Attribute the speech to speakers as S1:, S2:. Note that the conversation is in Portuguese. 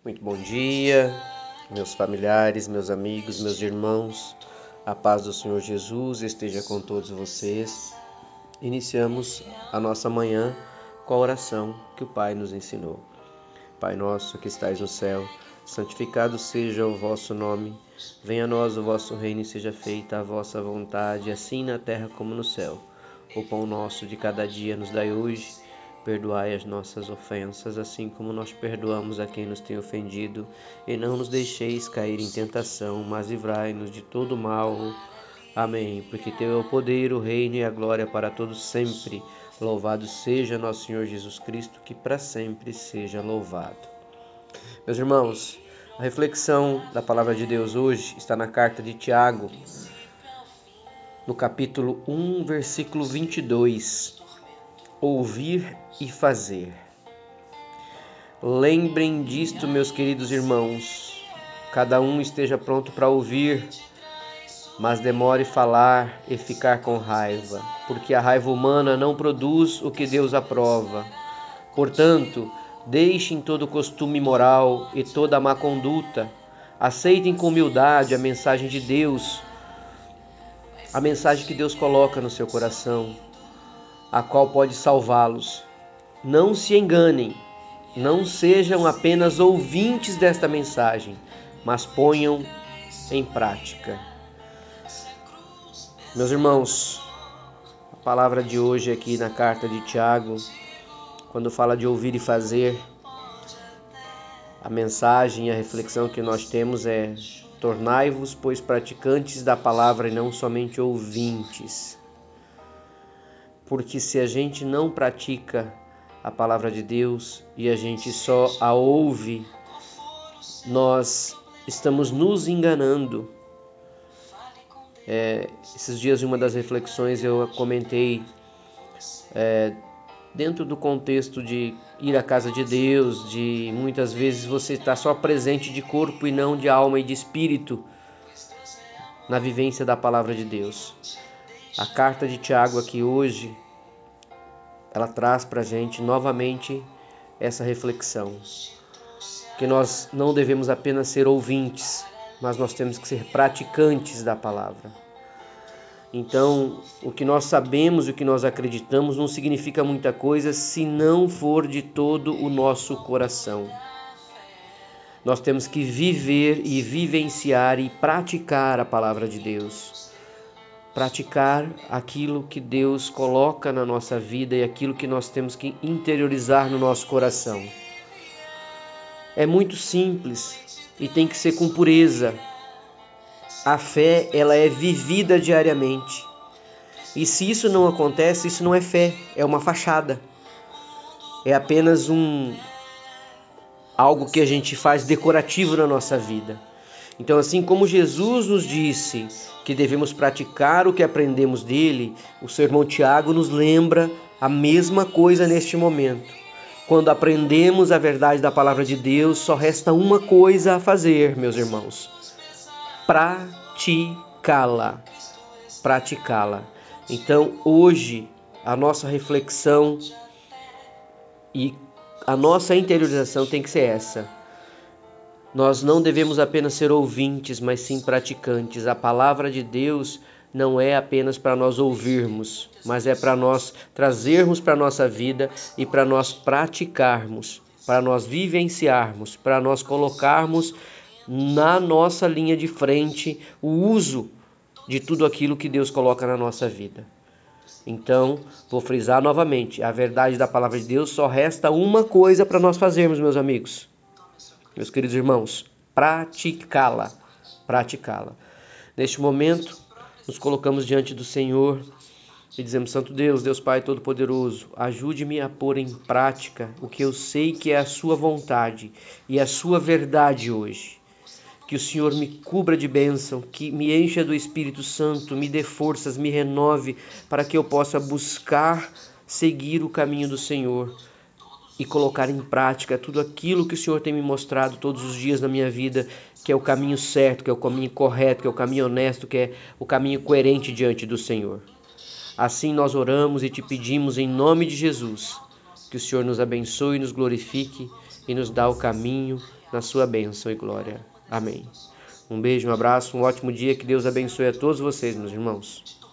S1: Muito bom dia, meus familiares, meus amigos, meus irmãos. A paz do Senhor Jesus esteja com todos vocês. Iniciamos a nossa manhã com a oração que o Pai nos ensinou. Pai nosso que estais no céu, santificado seja o vosso nome. Venha a nós o vosso reino e seja feita a vossa vontade, assim na terra como no céu. O pão nosso de cada dia nos dai hoje. Perdoai as nossas ofensas, assim como nós perdoamos a quem nos tem ofendido. E não nos deixeis cair em tentação, mas livrai-nos de todo mal. Amém. Porque teu é o poder, o reino e a glória para todos sempre. Louvado seja nosso Senhor Jesus Cristo, que para sempre seja louvado. Meus irmãos, a reflexão da palavra de Deus hoje está na carta de Tiago, no capítulo 1, versículo 22. Ouvir e fazer. Lembrem disto, meus queridos irmãos. Cada um esteja pronto para ouvir, mas demore falar e ficar com raiva, porque a raiva humana não produz o que Deus aprova. Portanto, deixem todo costume imoral e toda má conduta. Aceitem com humildade a mensagem de Deus, a mensagem que Deus coloca no seu coração, a qual pode salvá-los. Não se enganem, não sejam apenas ouvintes desta mensagem, mas ponham em prática. Meus irmãos, a palavra de hoje aqui na carta de Tiago, quando fala de ouvir e fazer, a mensagem e a reflexão que nós temos é: tornai-vos, pois, praticantes da palavra e não somente ouvintes. Porque se a gente não pratica a palavra de Deus e a gente só a ouve, nós estamos nos enganando. Esses dias, em uma das reflexões, eu comentei dentro do contexto de ir à casa de Deus, de muitas vezes você estar só presente de corpo e não de alma e de espírito na vivência da palavra de Deus. A carta de Tiago aqui hoje, ela traz para a gente novamente essa reflexão, que nós não devemos apenas ser ouvintes, mas nós temos que ser praticantes da palavra. Então, o que nós sabemos e o que nós acreditamos não significa muita coisa se não for de todo o nosso coração. Nós temos que viver e vivenciar e praticar a palavra de Deus. Praticar aquilo que Deus coloca na nossa vida e aquilo que nós temos que interiorizar no nosso coração. É muito simples e tem que ser com pureza. A fé, ela é vivida diariamente. E se isso não acontece, isso não é fé, é uma fachada. É apenas algo que a gente faz decorativo na nossa vida. Então, assim como Jesus nos disse que devemos praticar o que aprendemos dele, o seu irmão Tiago nos lembra a mesma coisa neste momento. Quando aprendemos a verdade da palavra de Deus, só resta uma coisa a fazer, meus irmãos: praticá-la. Praticá-la. Então, hoje, a nossa reflexão e a nossa interiorização tem que ser essa. Nós não devemos apenas ser ouvintes, mas sim praticantes. A palavra de Deus não é apenas para nós ouvirmos, mas é para nós trazermos para a nossa vida e para nós praticarmos, para nós vivenciarmos, para nós colocarmos na nossa linha de frente o uso de tudo aquilo que Deus coloca na nossa vida. Então, vou frisar novamente, a verdade da palavra de Deus só resta uma coisa para nós fazermos, meus amigos. Meus queridos irmãos, praticá-la. Praticá-la. Neste momento, nos colocamos diante do Senhor e dizemos: Santo Deus, Deus Pai Todo-Poderoso, ajude-me a pôr em prática o que eu sei que é a sua vontade e a sua verdade hoje. Que o Senhor me cubra de bênção, que me encha do Espírito Santo, me dê forças, me renove, para que eu possa buscar seguir o caminho do Senhor e colocar em prática tudo aquilo que o Senhor tem me mostrado todos os dias na minha vida, que é o caminho certo, que é o caminho correto, que é o caminho honesto, que é o caminho coerente diante do Senhor. Assim nós oramos e te pedimos em nome de Jesus, que o Senhor nos abençoe, nos glorifique e nos dá o caminho na sua bênção e glória. Amém. Um beijo, um abraço, um ótimo dia, que Deus abençoe a todos vocês, meus irmãos.